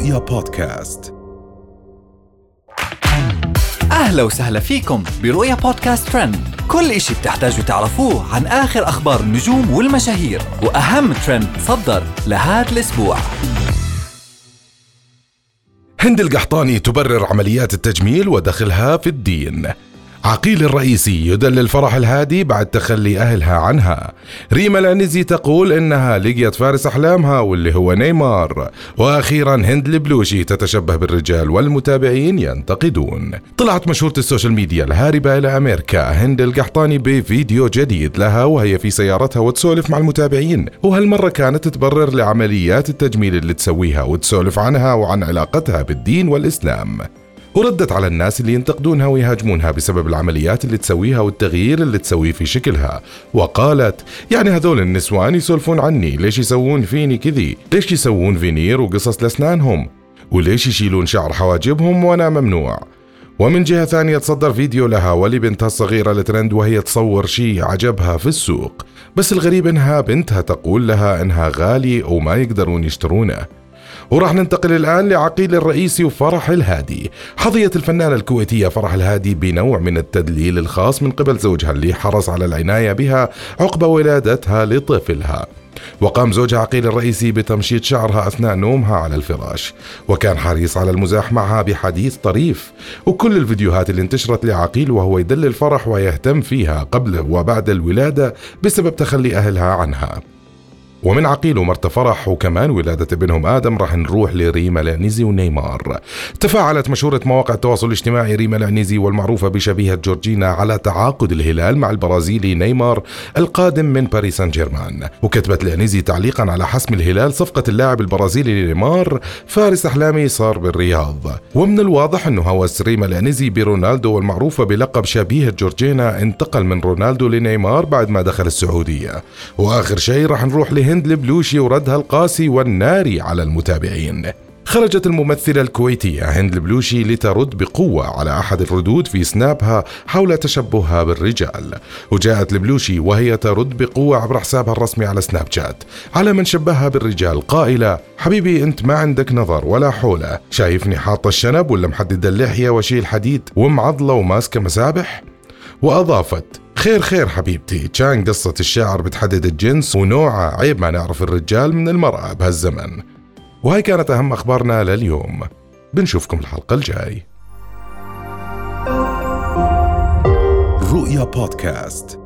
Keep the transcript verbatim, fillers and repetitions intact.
رؤيا بودكاست. أهلا وسهلا فيكم برؤيا بودكاست ترند، كل إشي بتحتاجوا تعرفوه عن آخر أخبار النجوم والمشاهير وأهم ترند صدر لهذا الأسبوع. هند القحطاني تبرر عمليات التجميل ودخلها في الدين. عقيل الرئيسي يدلل فرح الهادي بعد تخلي أهلها عنها. ريما العنزي تقول إنها لقيت فارس أحلامها واللي هو نيمار. وأخيرا هند البلوشي تتشبه بالرجال والمتابعين ينتقدون. طلعت مشهورة السوشيال ميديا الهاربة إلى أمريكا هند القحطاني بفيديو جديد لها وهي في سيارتها وتسولف مع المتابعين، وهالمرة كانت تبرر لعمليات التجميل اللي تسويها وتسولف عنها وعن علاقتها بالدين والإسلام. وردت على الناس اللي ينتقدونها ويهاجمونها بسبب العمليات اللي تسويها والتغيير اللي تسويه في شكلها، وقالت يعني هذول النسوان يسولفون عني، ليش يسوون فيني كذي؟ ليش يسوون فينير وقصص لأسنانهم؟ وليش يشيلون شعر حواجبهم وأنا ممنوع؟ ومن جهة ثانية تصدر فيديو لها ولبنتها الصغيرة لترند وهي تصور شيء عجبها في السوق، بس الغريب إنها بنتها تقول لها إنها غالي وما يقدرون يشترونه. وراح ننتقل الآن لعقيل الرئيسي وفرح الهادي. حظيت الفنانة الكويتية فرح الهادي بنوع من التدليل الخاص من قبل زوجها اللي حرص على العناية بها عقب ولادتها لطفلها. وقام زوجها عقيل الرئيسي بتمشيط شعرها أثناء نومها على الفراش، وكان حريص على المزاح معها بحديث طريف. وكل الفيديوهات اللي انتشرت لعقيل وهو يدلل فرح ويهتم فيها قبل وبعد الولادة بسبب تخلي أهلها عنها. ومن عقيل ومرت فرح وكمان ولادة ابنهم آدم راح نروح لريما العنزي ونيمار. تفاعلت مشهورة مواقع التواصل الاجتماعي ريما العنزي والمعروفة بشبيهة جورجينا على تعاقد الهلال مع البرازيلي نيمار القادم من باريس سان جيرمان. وكتبت العنزي تعليقا على حسم الهلال صفقة اللاعب البرازيلي نيمار: فارس أحلامي صار بالرياض. ومن الواضح أنه هوس ريما العنزي برونالدو والمعروفة بلقب شبيهة جورجينا انتقل من رونالدو لنيمار بعد ما دخل السعودية. وآخر شيء راح نروح لهند هند البلوشي وردها القاسي والناري على المتابعين. خرجت الممثلة الكويتية هند البلوشي لترد بقوة على أحد الردود في سنابها حول تشبهها بالرجال. وجاءت البلوشي وهي ترد بقوة عبر حسابها الرسمي على سناب شات على من شبهها بالرجال قائلة: حبيبي أنت ما عندك نظر ولا حولة، شايفني حاطة الشنب ولا محدد اللحية وشيل حديد ومعضلة وماسكة مسابح؟ وأضافت: خير خير حبيبتي، كان قصة الشعر بتحدد الجنس ونوعه، عيب ما نعرف الرجال من المرأة بهالزمن. وهي كانت أهم أخبارنا لليوم، بنشوفكم الحلقة الجاي. رؤيا بودكاست.